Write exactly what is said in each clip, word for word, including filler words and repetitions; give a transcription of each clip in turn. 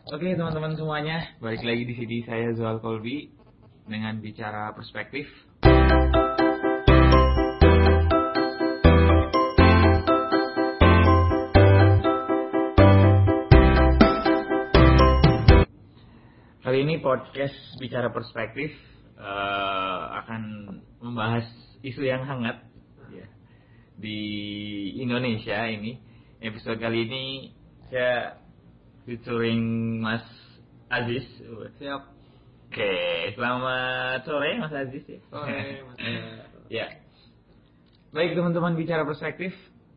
Oke teman-teman semuanya, balik lagi di sini saya Zuhal Kolbi dengan bicara perspektif. Kali ini podcast bicara perspektif uh, akan membahas isu yang hangat ya, di Indonesia ini. Episode kali ini saya featuring Mas Aziz. Siap. Oke, selamat sore Mas Aziz ya. Sore Mas. Ya. Baik teman-teman bicara perspektif.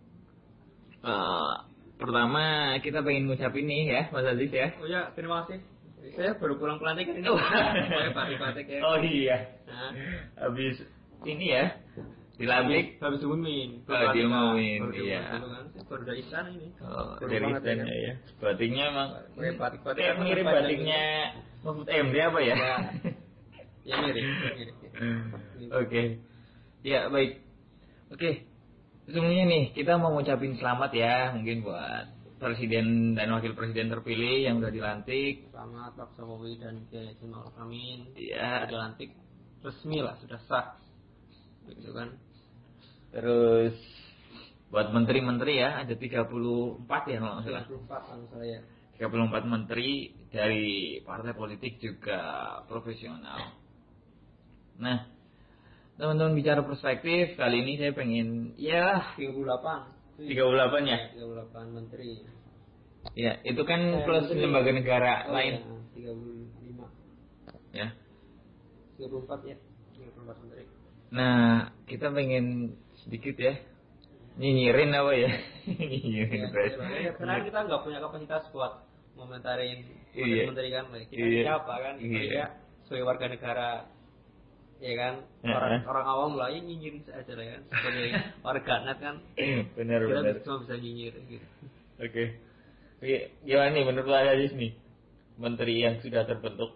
Uh, pertama kita pengen ngucapin nih ya Mas Aziz ya. Oh ya, terima kasih. Saya baru pulang pelantikan ini. Saya batik-batik ya. Oh iya. Nah. Habis ini ya. Dilantik. Habis diumumin. Oh, diumumin. Iya. Baru dari istana ini. Oh, dari istana ya. ya. Batiknya emang kayak batik-batik. Kayak mirip batiknya Mahfud M D apa ya? Ya, ya mirip. mirip. Oke. Ya, baik. Oke. Sebelumnya nih, kita mau ngucapin selamat ya mungkin buat Presiden dan Wakil Presiden terpilih yang udah dilantik. Selamat Pak Jokowi dan Kiai Haji Ma'ruf Amin. Iya. Sudah dilantik resmi lah, sudah sah. Begitu kan. Terus buat menteri-menteri ya ada tiga puluh empat ya kalau nggak salah. tiga puluh empat kalau saya. tiga puluh empat menteri dari partai politik juga profesional. Nah, teman-teman bicara perspektif kali ini saya pengen ya tiga puluh delapan. tiga puluh delapan ya? tiga puluh delapan menteri. Ya, itu kan eh, plus menteri. lembaga negara oh, lain. Ya, tiga puluh lima. Ya. tiga puluh empat ya. tiga puluh empat menteri. Nah, kita pengen sedikit ya nyinyirin apa ya? Nyinyirin. Ya, karena kita nggak punya kapasitas buat komentarin iya. menteri kan, kita iya. siapa kan? Kita iya. sebagai warga negara, ya kan? Orang uh-huh. orang awam lah ya nyinyirin saja lah kan. Sebagai warga net kan, benar kita benar. cuma bisa nyinyir gitu. Oke. Oke, gimana nih menurut Pak Aziz nih menteri yang sudah terbentuk?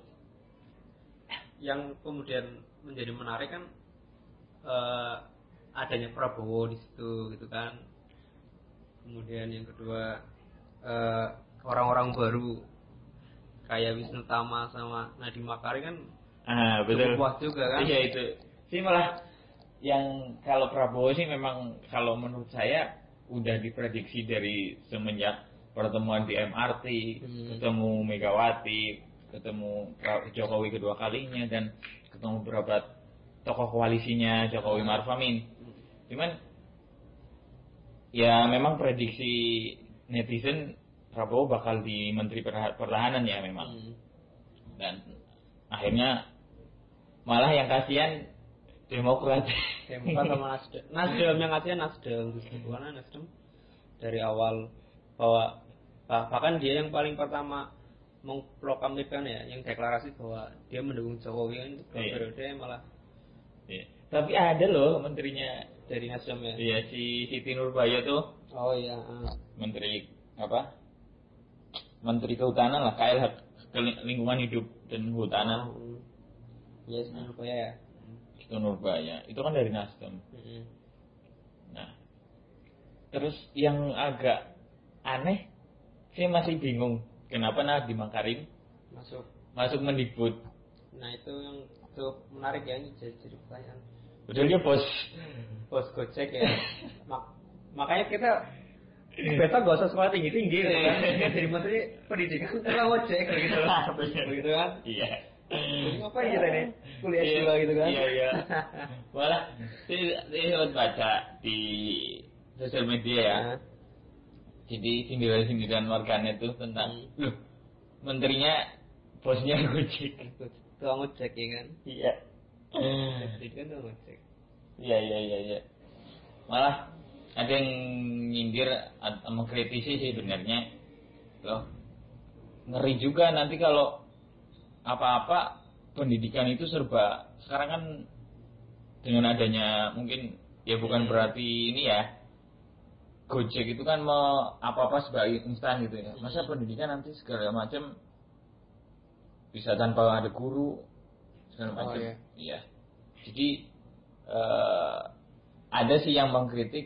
Yang kemudian menjadi menarik kan uh, adanya Prabowo di situ gitu kan. Kemudian yang kedua uh, orang-orang baru kayak Wisnu Tama sama Nadiem Makarim kan ah, betul. cukup puas juga kan. Iya itu. Sih malah yang kalau Prabowo sih memang kalau menurut saya udah diprediksi dari semenjak pertemuan di M R T, hmm. ketemu Megawati, ketemu Jokowi kedua kalinya dan ketemu beberapa tokoh koalisinya Jokowi Ma'ruf Amin. Cuman ya memang prediksi netizen Prabowo bakal di Menteri Pertahanan ya memang. Hmm. Dan akhirnya malah yang kasihan Demokrat. Demokrat sama Nasdem. Nasdem yang kasihan Nasdem, bukan Nasdem dari awal bahwa bahkan dia yang paling pertama mengproklamirkan ya, yang deklarasi bahwa dia mendukung Jokowi kan itu periode iya. malah. Iya. Tapi ada loh menterinya dari Nasdem ya. Iya si Siti Nurbaya tuh. Oh iya. Uh. Menteri apa? Menteri Kehutanan lah, K L H, Lingkungan Hidup dan Kehutanan. Oh. Iya, Siti Nurbaya ya. Siti Nurbaya itu kan dari Nasdem. Mm-hmm. Nah, terus yang agak aneh, saya masih bingung kenapa Nadiem Makarim masuk masuk Mendikbud. Nah itu yang cukup menarik ya, ini jadi, jadi pertanyaan. Betul dia bos bos Gojek ya. Mak- makanya kita besok gak usah sekolah tinggi tinggi gitu kan. Jadi menteri pendidikan kita Gojek gitu, begitu kan? Iya. Ngapain kita nih kuliah S dua gitu kan? Iya iya. Malah saya saya baca di sosial media ya. Nah. Jadi sindiran-sindiran warganet itu tentang hmm. loh menterinya bosnya Gojek. Tukang ojek ya kan? Iya. Jadi kan tukang ojek. Iya iya iya iya. Malah ada yang nyindir atau mengkritisi sih sebenarnya. Loh. Ngeri juga nanti kalau apa-apa pendidikan itu serba sekarang kan dengan adanya mungkin ya bukan hmm. berarti ini ya Gojek itu kan mau apa-apa sebagai instan gitu ya. Masa pendidikan nanti segala macam bisa tanpa ada guru segala macam. Oh, iya. Iya. Jadi uh, ada sih yang mengkritik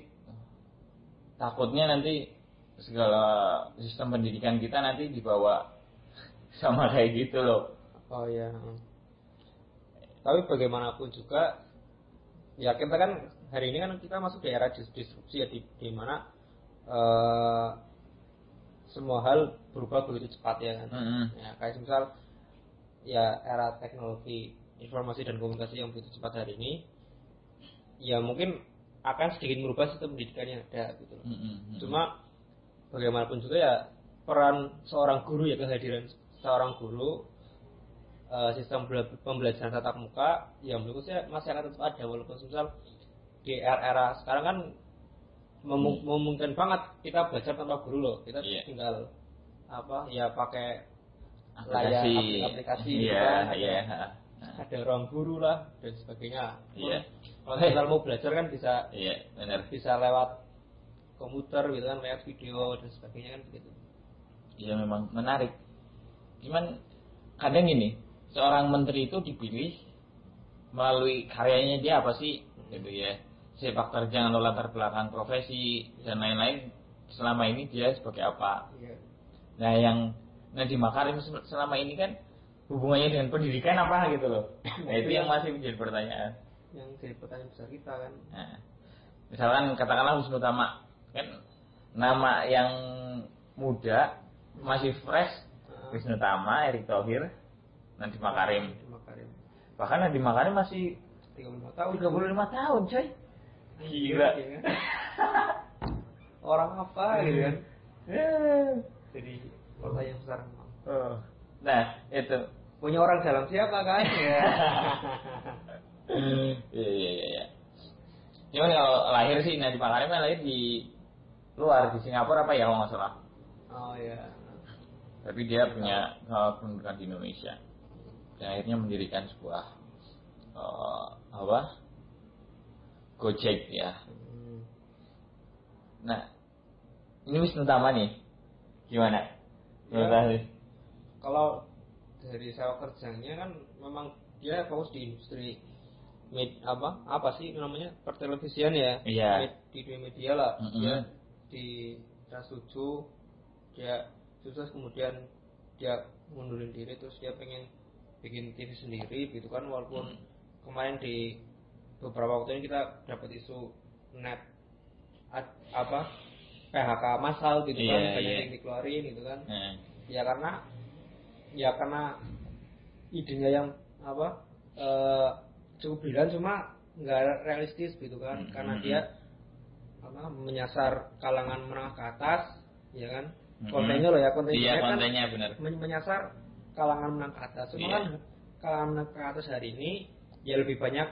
takutnya nanti segala sistem pendidikan kita nanti dibawa sama kayak gitu loh. Oh ya. Tapi bagaimanapun juga, ya kita kan hari ini kan kita masuk di era disrupsi ya, di, di mana uh, semua hal berubah begitu cepat ya kan. Mm-hmm. Ya kayak misal ya era teknologi informasi dan komunikasi yang begitu cepat hari ini, ya mungkin akan sedikit merubah sistem pendidikan yang ada gitu loh. Mm-hmm. Cuma bagaimanapun juga ya peran seorang guru ya, kehadiran seorang guru, uh, sistem pembelajaran tatap muka yang menurut saya masih akan tetap ada, walaupun misal di era-era sekarang kan mem- memungkinkan banget kita belajar tanpa guru loh, kita yeah. tinggal apa ya pakai layar aplikasi, aplikasi yeah, gitu kan, ada, yeah. ada ruang guru lah dan sebagainya. Yeah. Kalau kita mau belajar kan bisa yeah, benar. bisa lewat komputer gitu kan, lewat video dan sebagainya kan begitu. Iya memang menarik. Cuman kadang ini seorang menteri itu dipilih melalui karyanya dia apa sih, hmm. gitu ya. Sepak terjang atau latar belakang profesi dan lain-lain, selama ini dia sebagai apa. Yeah. Nah yang Nadiem Makarim selama ini kan hubungannya dengan pendidikan apa gitu loh. Nah itu yang masih menjadi pertanyaan. Yang jadi pertanyaan besar kita kan. Nah, misalkan katakanlah Wisnu Tama, kan nama yang muda masih fresh, uh. Wisnu Tama, Erick Thohir, Nadiem Makarim. Makarim. Bahkan Nadiem Makarim masih tiga puluh lima tahun. tiga puluh lima tahun, coy. Gila. Gila. Orang apa gitu kan? Jadi pertanyaan besar. Oh. Nah, itu punya orang dalam siapa kan? Ya. Iya iya iya. Cuman kalau lahir sih Nadiem Makarim kan lahir di luar, di Singapura apa ya kalau nggak salah. Oh iya. Tapi dia punya uh, pendidikan di Indonesia. Dan akhirnya mendirikan sebuah uh, apa? Gojek ya. Hmm. Nah, ini Wisnu Tama nih. Gimana? Ya, kalau dari sewa kerjanya kan memang dia fokus di industri med, apa apa sih namanya pertelevisian ya, yeah. med, di dunia media lah. Mm-hmm. Dia di Trans tujuh dia sukses, kemudian dia mundurin diri, terus dia pengen bikin T V sendiri gitu kan, walaupun mm. kemarin di beberapa waktu ini kita dapat isu net ad, apa P H K massal gitu yeah, kan, banyak yeah. yang dikeluarin gitu kan. Mm. Ya karena ya karena idenya yang apa e, cukup brilian, cuma nggak realistis gitu kan, mm-hmm. karena dia apa menyasar kalangan menengah ke atas ya kan, mm-hmm. kontennya loh ya, kontennya, iya, kan kontennya benar. menyasar kalangan menengah ke atas, cuma yeah. kan kalangan menengah ke atas hari ini ya lebih banyak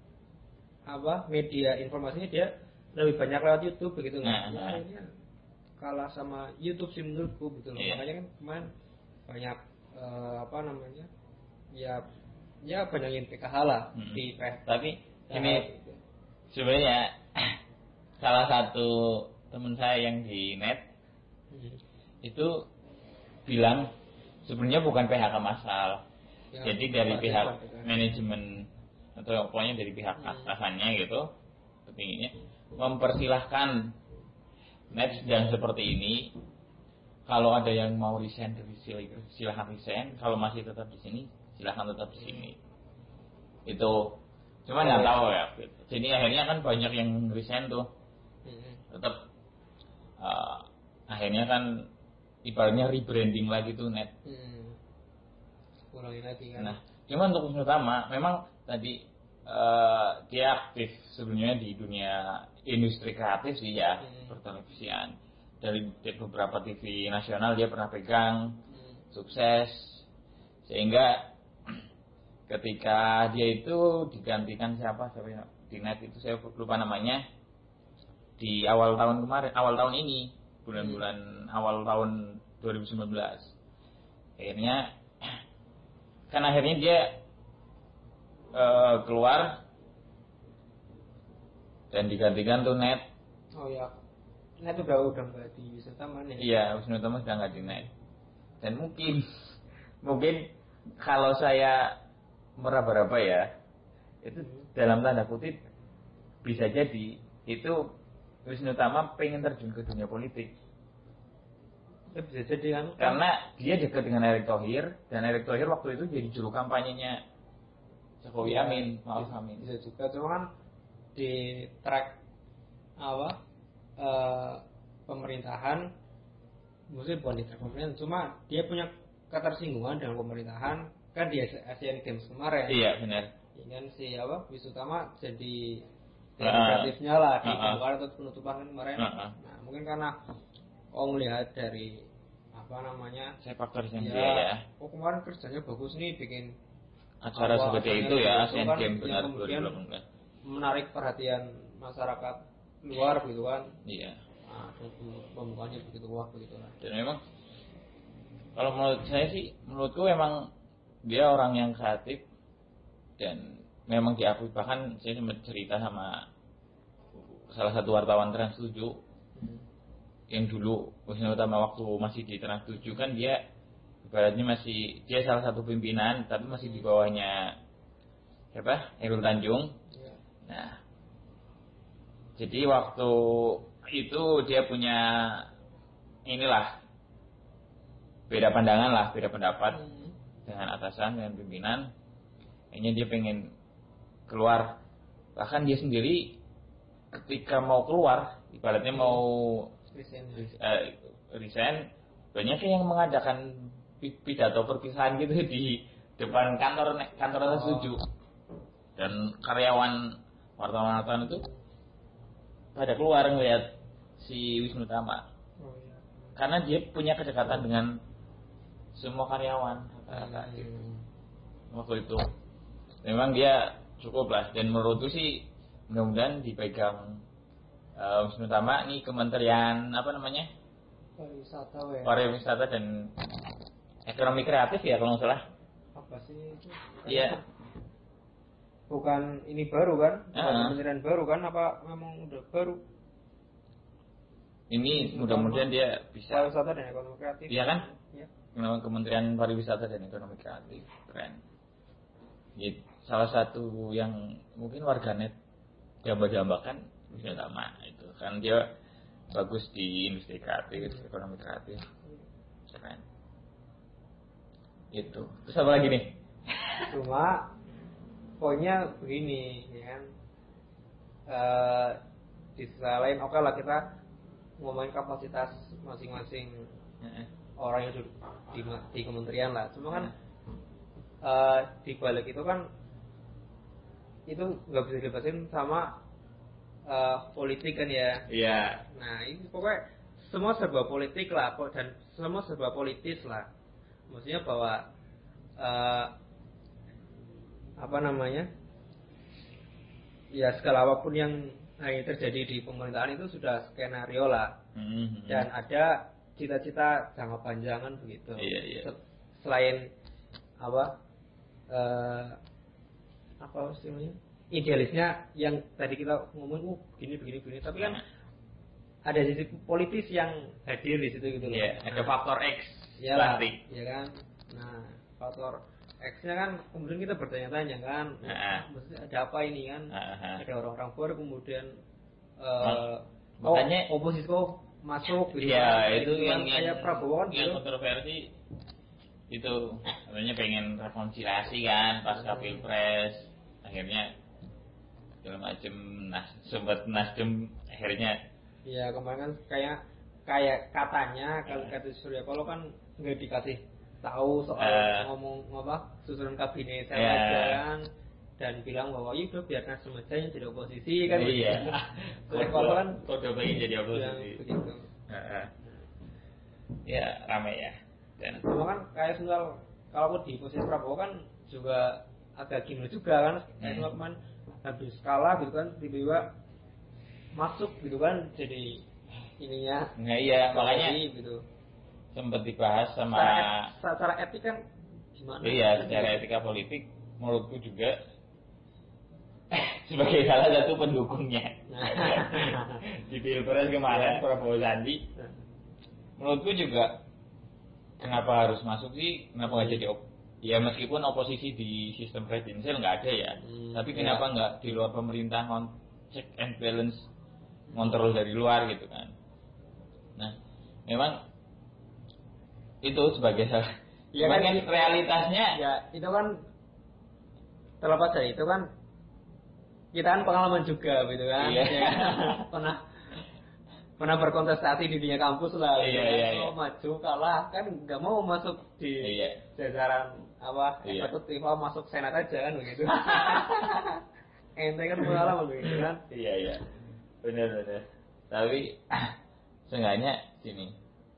apa media informasinya dia lebih banyak lewat YouTube begitu kan. Nah, ya akhirnya kalah sama YouTube sih menurutku gitu loh. Yeah. Makanya kan kemarin banyak uh, apa namanya ya ya banyak yang P K H lah hmm. di P H K. Tapi ya, ini gitu. Sebenarnya salah satu teman saya yang di net hmm. itu bilang sebenarnya bukan P H K massal. Ya, jadi dari pihak manajemen atau pokoknya dari pihak atasannya gitu, kepinginnya mempersilahkan net sedang seperti ini. Kalau ada yang mau resign, silahkan resign. Kalau masih tetap di sini, silahkan tetap di sini. Itu cuma nggak tahu ya. Jadi akhirnya kan banyak yang resign tuh. Tetap uh, akhirnya kan ibaratnya rebranding lagi tuh net. Ulangi lagi kan. Nah, cuma untuk Wisnu Tama memang tadi uh, dia aktif sebenarnya di dunia industri kreatif sih ya, hmm. pertelevisian. Dari beberapa T V nasional dia pernah pegang, hmm. sukses, sehingga ketika dia itu digantikan siapa siapa di net itu saya lupa namanya, di awal tahun kemarin, awal tahun ini, bulan-bulan hmm. awal tahun dua ribu sembilan belas, akhirnya kan akhirnya dia uh, keluar dan digantikan tuh net. Oh ya, net udah udah nggak di Wisnu Tama nih. Iya, Wisnu Tama sudah nggak di net. Dan mungkin mungkin kalau saya meraba-raba ya, itu hmm. dalam tanda kutip bisa jadi itu Wisnu Tama pengen terjun ke dunia politik. Ya, bisa jadi kan. Karena dia dekat dengan Erick Thohir dan Erick Thohir waktu itu jadi juru kampanyenya Jokowi Ya, Amin, Ma'ruf bisa, Amin. bisa juga, cuma kan di track apa eh, pemerintahan, maksudnya bukan di track pemerintahan, cuma dia punya ketersinggungan dengan pemerintahan kan di Asian Games kemarin. Iya benar. Ya kan si apa Wisutama jadi Uh, negatifnya lah di uh, uh. pembukaan atau penutupan kan kemarin. Uh, uh. Nah mungkin karena oh melihat dari apa namanya Saya faktor yang ya, dia ya. oh kemarin kerjanya bagus nih bikin Acara apa, seperti acaranya itu ya, gitu Asian kan, Games yang benar dua kemudian ribu delapan belas. menarik perhatian masyarakat luar gitu kan. Iya. Nah, pembukaannya begitu wah begitu lah. Dan memang kalau menurut saya sih, menurutku memang dia orang yang kreatif dan memang diakui, bahkan saya sempat cerita sama salah satu wartawan Trans tujuh Hmm. yang dulu Wisnu Utama waktu masih di Trans tujuh kan dia ibaratnya masih dia salah satu pimpinan tapi masih di bawahnya siapa? Hairul Tanjung. Ya. Nah, jadi waktu itu dia punya inilah beda pandangan lah, beda pendapat Hmm. dengan atasan, dengan pimpinan. Kayaknya dia pengen keluar. Bahkan dia sendiri ketika mau keluar, ibaratnya mau Resign. uh, resign, banyak yang mengadakan pidato perpisahan gitu di depan kantor kantor atas Oh. tujuh. Dan karyawan wartawan-wartawan itu pada keluar ngeliat si Wisnu Tama. Oh, iya. Karena dia punya kedekatan dengan semua karyawan rata-rata Hmm. gitu. Waktu itu memang dia cukup lah, dan menurutku sih mudah-mudahan dipegang uh, Wisnu Tama nih kementerian apa namanya Pariwisata ya. pariwisata dan ekonomi kreatif ya kalau nggak salah. Apa sih itu? Iya. Bukan ini baru kan? Bukan Uh-huh. kementerian baru kan? Apa memang udah baru? Ini mudah-mudahan dia bisa. Pariwisata dan ekonomi kreatif. Iya kan? Ya. Memang Kementerian Pariwisata dan Ekonomi Kreatif, keren. Jadi, salah satu yang mungkin warganet jamba-jambakan Wisnu Tama itu kan dia bagus di industri kreatif, ekonomi kreatif, keren. Itu. Terus apa lagi nih? Cuma poinnya begini, ya kan? Eh, di sisi lain, oke lah kita ngomongin kapasitas masing-masing orang yang duduk di, di kementerian lah. Cuma kan uh, di balik itu kan itu nggak bisa dilepasin sama uh, politik kan ya. Iya. Nah ini pokoknya semua serba politik lah, dan semua serba politis lah. Maksudnya bahwa uh, apa namanya ya segala apapun yang hari ini terjadi di pemerintahan itu sudah skenario lah, Mm-hmm. dan ada cita-cita jangka panjangan begitu. Iya, iya. Selain apa uh, apa istilahnya idealisnya yang tadi kita ngomong, uh begini begini begini, tapi kan ada sisi politis yang hadir di situ gitu loh. Iya, ada faktor X ya pasti. ya kan. Nah faktor X-nya kan kemudian kita bertanya-tanya kan, Nah. maksudnya ada apa ini kan? Nah. Ada orang-orang baru kemudian uh, makanya oh, oposisi kok masuk gitu. Iya, kan. itu Gitu yang kan, kayak Prabowo kan yang gitu. kontroversi itu, namanya pengen rekonsiliasi kan pasca pilpres, akhirnya segala macem, nah sempat Nasdem akhirnya. Iya kemarin kan kayak kayak katanya kalau kata Surya Paloh kan nggak dikasih tahu soal Uh, ngomong apa susunan kabinet saya yeah. aja kan, dan bilang bahwa ya udah biar Nasdem aja yang jadi oposisi kan. Iya. Surya Paloh kan kode pengen jadi yang oposisi. begitu. Uh, ya ramai ya. Dan Cuma kan kayak misal kalau di posisi Prabowo kan juga agak gimana juga kan, kayak Hmm. kemarin habis kalah gitu kan tiba-tiba masuk gitu kan jadi ininya. nggak iya, makanya gitu. sempat dibahas sama Secara, et, secara etik kan gimana? iya, secara etika politik menurutku juga sebagai salah satu pendukungnya di pilpres kemarin Prabowo Sandi, menurutku juga kenapa harus masuk sih, kenapa nggak jadi op- ya meskipun oposisi di sistem presidensial nggak ada ya, Hmm, tapi iya. kenapa nggak di luar pemerintah, on check and balance, ngontrol dari luar gitu kan. Nah memang itu sebagai ya cuman kan kan realitasnya ya itu kan terlepas dari itu kan kita kan pengalaman juga gitu kan. Iya. Ya kan? pernah pernah berkontestasi di dunia kampus lah gitu Iya, kan. iya, Kalau iya. maju kalah kan nggak mau masuk di Iya. jajaran apa Iya. eksekutif, oh, masuk senat aja kan begitu. Ente kan pengalaman begitu kan. Iya iya benar benar tapi seenggaknya sini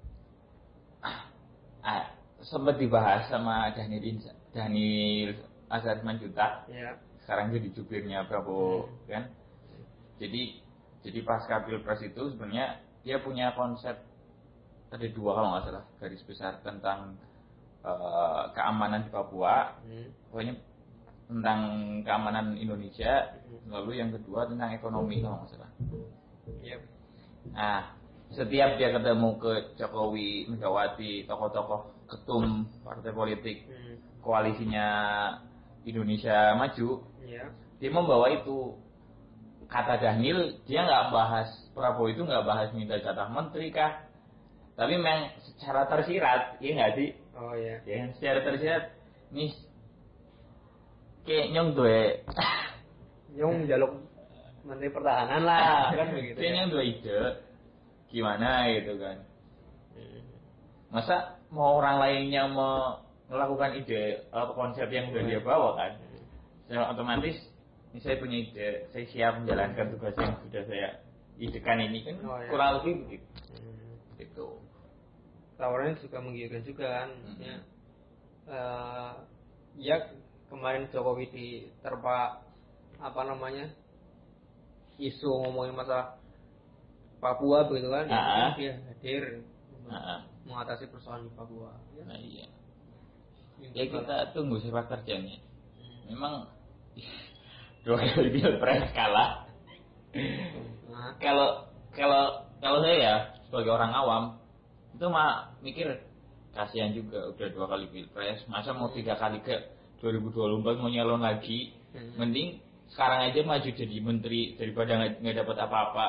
ah, sempat dibahas sama Daniel Daniel Azhar Manjuta Ya. sekarang jadi jubirnya Prabowo kan jadi jadi pasca pilpres itu sebenarnya dia punya konsep ada dua kalau nggak salah garis besar tentang uh, keamanan di Papua Hmm. pokoknya tentang keamanan Indonesia lalu yang kedua tentang ekonomi kalau nggak salah. Yep. Nah, setiap dia ketemu ke Jokowi, Megawati, tokoh-tokoh ketum partai politik Hmm. koalisinya Indonesia Maju, Ya. dia membawa itu. Kata Daniel, dia nggak bahas Prabowo itu nggak bahas minta jatah menteri kah, tapi memang secara tersirat, ya nggak sih? Oh ya. Ya, secara tersirat, nih kayak nyong duwe, Nyong jaluk menteri pertahanan lah kan begitu. kayak Ya. nyong duwe ide, gimana gitu kan? Hmm. Masa mau orang lainnya mau melakukan ide atau konsep yang sudah dia bawa kan? Secara otomatis, ini saya punya ide, saya siap menjalankan tugas yang sudah saya idekan ini kan Oh, ya. kurang lebih begitu. Hmm. Gitu. Tawarannya juga menggiurkan juga kan. Maksudnya, eh, ya kemarin Jokowi diterpa apa namanya isu ngomongin masalah Papua begitu kan, ya, Ah. dia hadir Nah, mengatasi persoalan di Papua. Ya. nah iya. Yang Ya juga- kita tunggu sepak terjangnya. Memang dua kali pilpres kalah. Nah, Kalau kalau kalau saya ya sebagai orang awam itu mah mikir kasihan juga udah dua kali pilpres, masa mau tiga kali ke dua ribu dua puluh empat mau nyalon lagi, Hmm. mending sekarang aja maju jadi menteri daripada nggak nggak dapat apa-apa.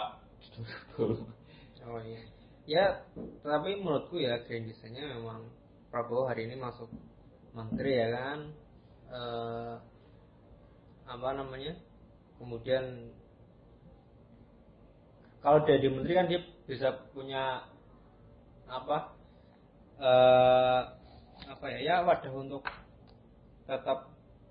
oh iya. Ya, tapi menurutku ya kondisinya memang Prabowo hari ini masuk menteri ya kan. Eh, apa namanya? Kemudian kalau dia di menteri kan dia bisa punya apa? Eh, apa ya? Ya wadah untuk tetap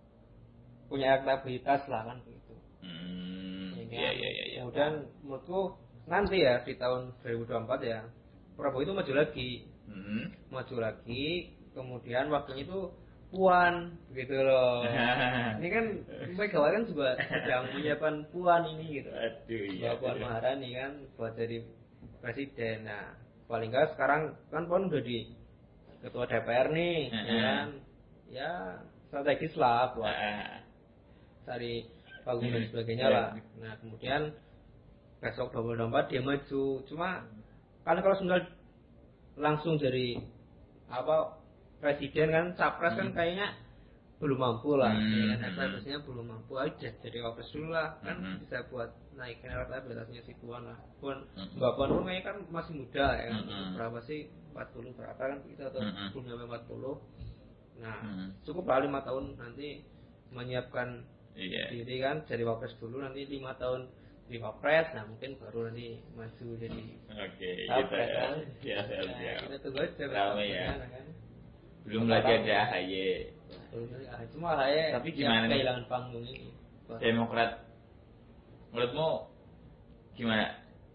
punya elektabilitas lah kan begitu. Hmm, Ya kan? iya iya iya. iya. Kemudian menurutku nanti ya di tahun dua ribu dua puluh empat ya Prabowo itu maju lagi, Hmm. maju lagi, kemudian waktunya itu Puan gitu loh. Ini kan Megawati kan juga sedang menyiapkan Puan ini gitu. Aduh iya. Mbak Puan iya. Maharani kan buat jadi presiden. Nah, paling nggak sekarang kan Puan udah di ketua D P R nih, ya Mm-mm. kan? Ya strategis lah buat Ah. cari panggung dan sebagainya Iya. lah. Nah, kemudian besok dua ribu dua puluh empat dia maju. Cuma kan kalau sudah langsung jadi apa presiden kan capres kan Hmm. kayaknya belum mampu lah. Hmm. Ya kan elektabilitasnya belum mampu aja jadi wapres dulu lah kan Hmm. bisa buat naikin elektabilitasnya si Puan lah. Puan Hmm. Mbak Puan pun kayaknya kan masih muda ya kan. Hmm. Berapa sih empat puluh berapa kan kita atau Hmm. belum sampai empat puluh. Nah, Hmm. cukup lah lima tahun nanti menyiapkan Iya. diri kan jadi wapres dulu nanti lima tahun di wapres, nah mungkin baru nanti maju jadi Oke, apa gitu ya. kan? Ya, siap, Nah, siap. kita tunggu aja Ramai ya. besok kan. Belum lagi ada A H Y. Belum lagi, ah, cuma saya Tapi gimana nih? kehilangan panggung ini. Demokrat. Menurutmu gimana?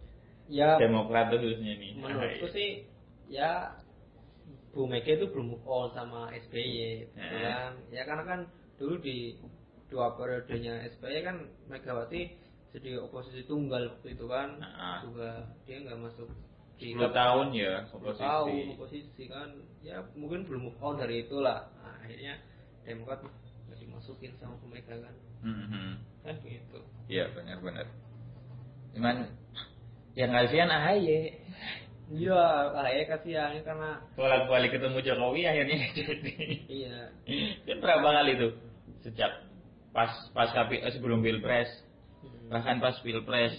Ya Demokrat khususnya nih. menurutku A H Y. sih ya Bu Mega itu belum move on sama S B Y gitu Eh. kan. Ya karena kan dulu di dua periodenya S B Y kan Megawati jadi oposisi tunggal waktu itu kan. Nah. Juga dia nggak masuk di sepuluh tahun ya sepuluh oposisi. tahun oposisi kan. Ya mungkin belum move on dari itulah. Nah, akhirnya Demokrat nggak dimasukin sama Bu Mega kan. Mhm. Kan gitu. Iya benar-benar. Cuman yang kasihan A H Y. Iya, kayak kasihan karena Bolak-balik ketemu Jokowi akhirnya nggak jadi. iya. Kan berapa kali tuh sejak pas pas kapi, eh, sebelum pilpres Hmm. bahkan pas pilpres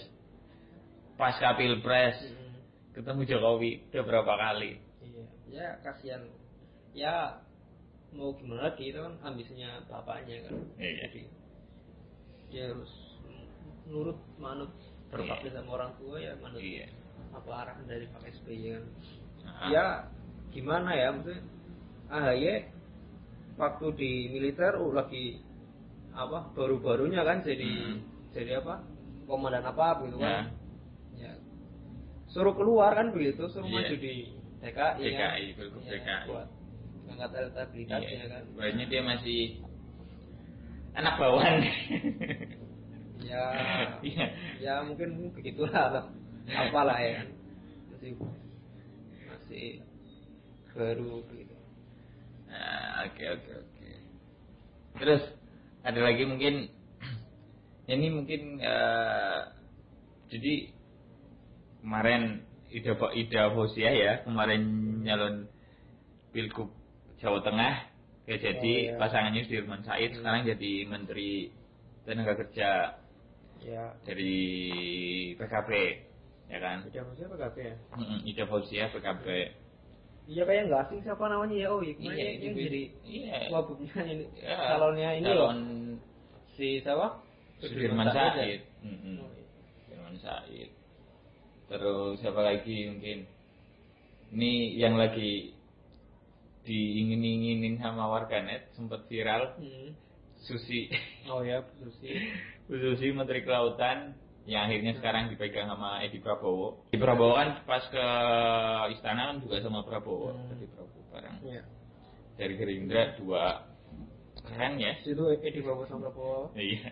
pasca pilpres Hmm. ketemu Jokowi udah berapa kali. Iya, ya kasihan ya mau gimana lagi, itu kan ambisinya bapaknya kan. Iya. Jadi dia harus nurut, manut, berbakti Iya. sama orang tua ya manut. Iya. Apa arahan dari Pak S B Y kan. Nah. Ya gimana ya, maksudnya A H Y waktu di militer uh, lagi apa baru-barunya kan jadi hmm. jadi apa komandan apa gitu kan. Ya. Ya suruh keluar kan begitu, suruh yeah. maju di D K I, D K I kan? Pilgub ya, D K I buat mengangkat elektabilitasnya yeah. kan. Banyak dia masih anak bawahan. Ya, yeah. ya mungkin begitulah, apalah ya kan. Masih masih baru begitu. Nah, oke oke oke. Terus ada lagi mungkin ini mungkin uh, jadi kemarin Ida Ida Fauzia ya kemarin nyalon Pilgub Jawa Tengah ya jadi oh, iya. pasangannya Sudirman Said hmm. sekarang jadi Menteri Tenaga Kerja ya. Dari P K B ya kan. Ida Fauzia P K B ya. Mm-mm, Ida Fauzia P K B. Iya kayak nggak asing siapa namanya ya, oh iya kemarin iya, yang itu, jadi iya. wabubnya ini ya, calonnya ini calon loh si siapa Sudirman Said. Mm-hmm. Oh, iya. Sudirman Said. Terus siapa lagi mungkin ini yang lagi diingin-inginin sama warganet sempat viral hmm. Susi. Oh ya Susi. Susi Menteri Kelautan yang akhirnya sekarang dipegang sama Edi Prabowo. Edi Prabowo kan pas ke istana kan juga sama Prabowo, hmm. Edi Prabowo bareng. Ya. Dari Gerindra dua keren ya. Itu Edi Prabowo sama Prabowo. Iya.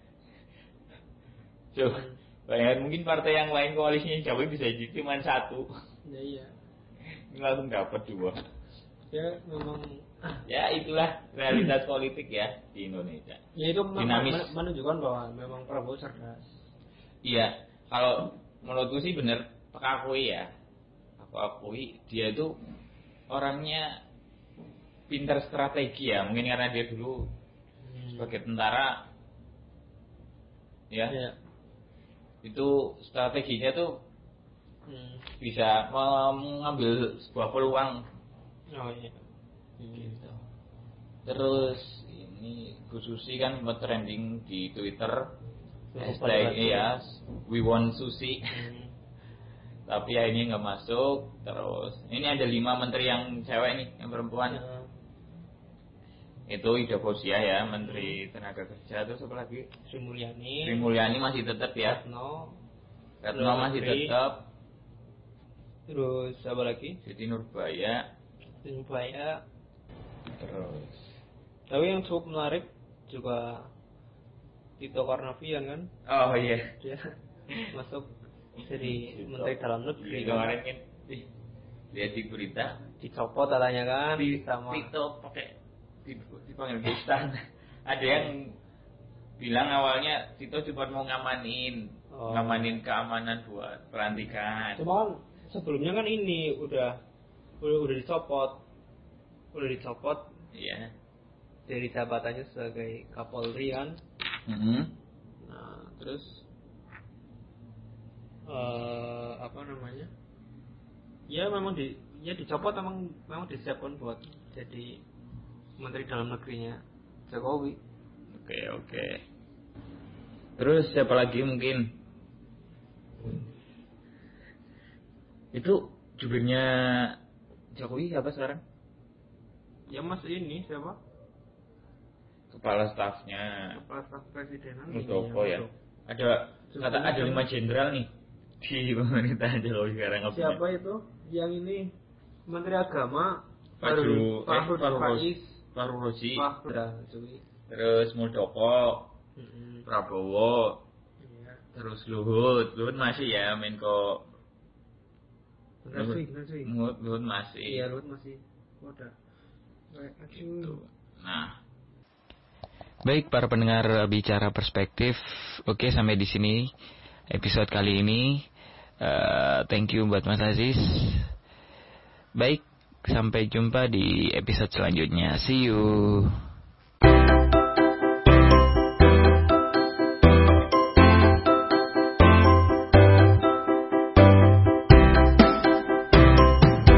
So, hmm. bayangkan mungkin partai yang lain koalisinya Jokowi bisa jadi cuma satu. Ya iya. Ini langsung dapat dua. Ya memang. Ya itulah realitas politik ya di Indonesia. Ya itu dinamis. Menunjukkan bahwa memang Prabowo cerdas. Iya, kalau menurutku sih bener, aku akui ya, aku akui dia itu orangnya pintar strategi ya, mungkin karena dia dulu hmm. sebagai tentara, ya, ya. Itu strateginya tuh hmm. bisa mengambil sebuah peluang. Oh iya. Gitu. Terus ini Bu Susi kan sempat trending di Twitter. Hashtag ya, we want Susi. Hmm. Tapi akhirnya nggak masuk. Terus ini ada lima menteri yang cewek nih, yang perempuan. Hmm. Itu Ida Fauzia ya, Menteri Tenaga Kerja. Terus apa lagi? Sri Mulyani. Sri Mulyani masih tetap ya. Retno. Retno masih tetap. Terus apa lagi? Siti Nurbaya. Siti Nurbaya. Terus. Tapi yang cukup menarik juga Tito Karnavian kan? Oh iya. Dia masuk jadi Tito. Menteri Dalam Negeri. Kemarin kan, lihat di berita dicopot katanya kan? Di, sama Tito pakai dipanggil ke istana. Ada yang bilang awalnya Tito cuma mau ngamanin, oh. ngamanin keamanan buat pelantikan. Cuma kan sebelumnya kan ini udah udah, udah dicopot, udah dicopot. Iya. Dari jabatannya sebagai Kapolri kan. Mm-hmm. Nah terus uh, apa namanya ya memang di ya dicopot memang memang disiapkan buat jadi Menteri Dalam Negerinya Jokowi. Oke okay, oke okay. Terus siapa lagi mungkin itu jubirnya Jokowi siapa sekarang ya mas ini siapa kepala stafnya kepala staf presidenan Muldoko ya. Ada kata ada lima jenderal nih di pemerintah Jokowi sekarang. Siapa itu? Yang ini Menteri Agama Fahru Fahru Faiz, Fahru Rozi. Fahru. Terus Muldoko, mm-hmm. Prabowo, iya. Terus Luhut, Luhut masih ya Menko. Masih, masih. Luhut masih. Iya Luhut masih. Udah. Gitu. Nah. Baik para pendengar Bicara Perspektif, oke sampai di sini episode kali ini. Uh, thank you buat Mas Aziz. Baik, sampai jumpa di episode selanjutnya. See you.